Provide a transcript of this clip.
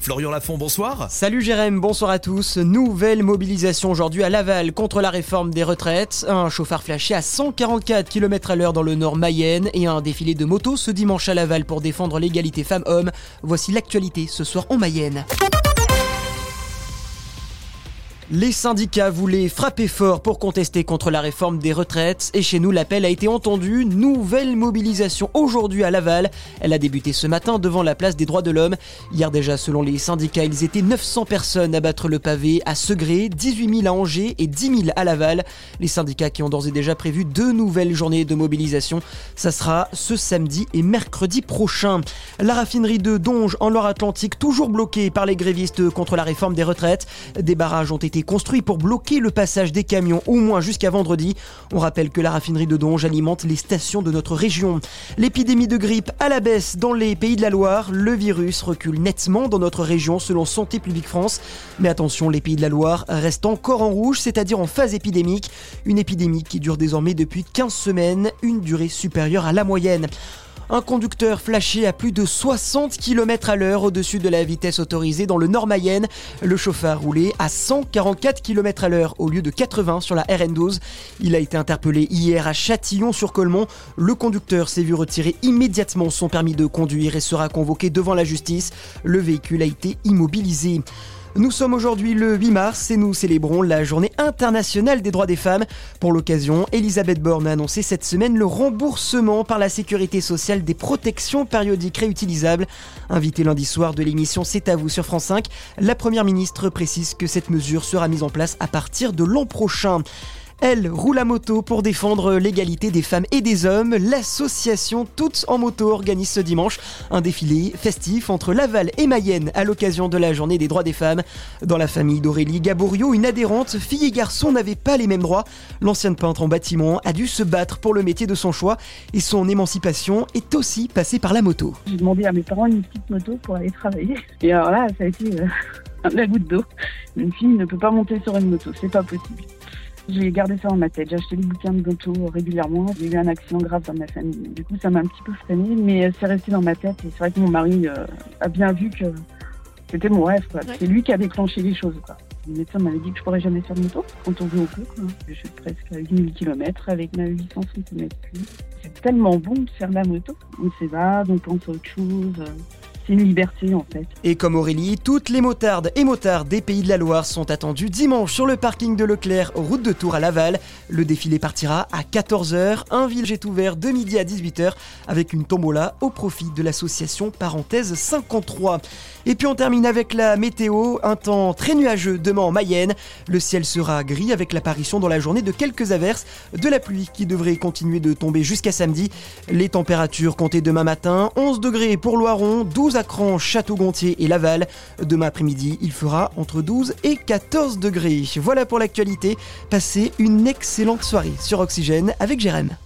Florian Lafont, bonsoir. Salut Jérém, bonsoir à tous. Nouvelle mobilisation aujourd'hui à Laval contre la réforme des retraites. Un chauffard flashé à 144 km/h dans le nord Mayenne et un défilé de motos ce dimanche à Laval pour défendre l'égalité femmes-hommes. Voici l'actualité ce soir en Mayenne. Les syndicats voulaient frapper fort pour contester contre la réforme des retraites et chez nous l'appel a été entendu. Nouvelle mobilisation aujourd'hui à Laval. Elle a débuté ce matin devant la place des droits de l'homme. Hier déjà selon les syndicats, ils étaient 900 personnes à battre le pavé à Segré, 18 000 à Angers et 10 000 à Laval. Les syndicats qui ont d'ores et déjà prévu 2 nouvelles journées de mobilisation. Ça sera ce samedi et mercredi prochain. La raffinerie de Donge en Loire-Atlantique toujours bloquée par les grévistes contre la réforme des retraites. Des barrages ont été construit pour bloquer le passage des camions au moins jusqu'à vendredi. On rappelle que la raffinerie de Donge alimente les stations de notre région. L'épidémie de grippe à la baisse dans les Pays de la Loire. Le virus recule nettement dans notre région selon Santé publique France. Mais attention, les Pays de la Loire restent encore en rouge, c'est-à-dire en phase épidémique. Une épidémie qui dure désormais depuis 15 semaines, une durée supérieure à la moyenne. Un conducteur flashé à plus de 60 km/h au-dessus de la vitesse autorisée dans le nord Mayenne. Le chauffard roulait à 144 km/h au lieu de 80 sur la RN12. Il a été interpellé hier à Châtillon-sur-Colmont. Le conducteur s'est vu retirer immédiatement son permis de conduire et sera convoqué devant la justice. Le véhicule a été immobilisé. Nous sommes aujourd'hui le 8 mars et nous célébrons la journée internationale des droits des femmes. Pour l'occasion, Elisabeth Borne a annoncé cette semaine le remboursement par la sécurité sociale des protections périodiques réutilisables. Invitée lundi soir de l'émission C'est à vous sur France 5, la première ministre précise que cette mesure sera mise en place à partir de l'an prochain. Elle roule à moto pour défendre l'égalité des femmes et des hommes. L'association Toutes en moto organise ce dimanche un défilé festif entre Laval et Mayenne à l'occasion de la journée des droits des femmes. Dans la famille d'Aurélie Gaborio, une adhérente, fille et garçon n'avaient pas les mêmes droits. L'ancienne peintre en bâtiment a dû se battre pour le métier de son choix et son émancipation est aussi passée par la moto. J'ai demandé à mes parents une petite moto pour aller travailler. Et alors là, ça a été la goutte d'eau. Une fille ne peut pas monter sur une moto, c'est pas possible. J'ai gardé ça dans ma tête, j'ai acheté des bouquins de moto régulièrement. J'ai eu un accident grave dans ma famille. Du coup, ça m'a un petit peu freinée, mais c'est resté dans ma tête. Et c'est vrai que mon mari a bien vu que c'était mon rêve, quoi. Ouais. C'est lui qui a déclenché les choses, quoi. Le médecin m'avait dit que je pourrais jamais faire de moto quand on veut au cours, quoi. Je suis presque à 8000 km avec ma 800 cm+. C'est tellement bon de faire de la moto. On s'évade, on pense à autre chose. C'est une liberté en fait. Et comme Aurélie, toutes les motardes et motards des Pays de la Loire sont attendus dimanche sur le parking de Leclerc, route de Tours à Laval. Le défilé partira à 14h. Un village est ouvert de midi à 18h avec une tombola au profit de l'association Parenthèse 53. Et puis on termine avec la météo. Un temps très nuageux demain en Mayenne. Le ciel sera gris avec l'apparition dans la journée de quelques averses, de la pluie qui devrait continuer de tomber jusqu'à samedi. Les températures comptées demain matin, 11 degrés pour Loiron, 12 à Cran, Château-Gontier et Laval. Demain après-midi, il fera entre 12 et 14 degrés. Voilà pour l'actualité. Passez une excellente soirée sur Oxygène avec Jérém.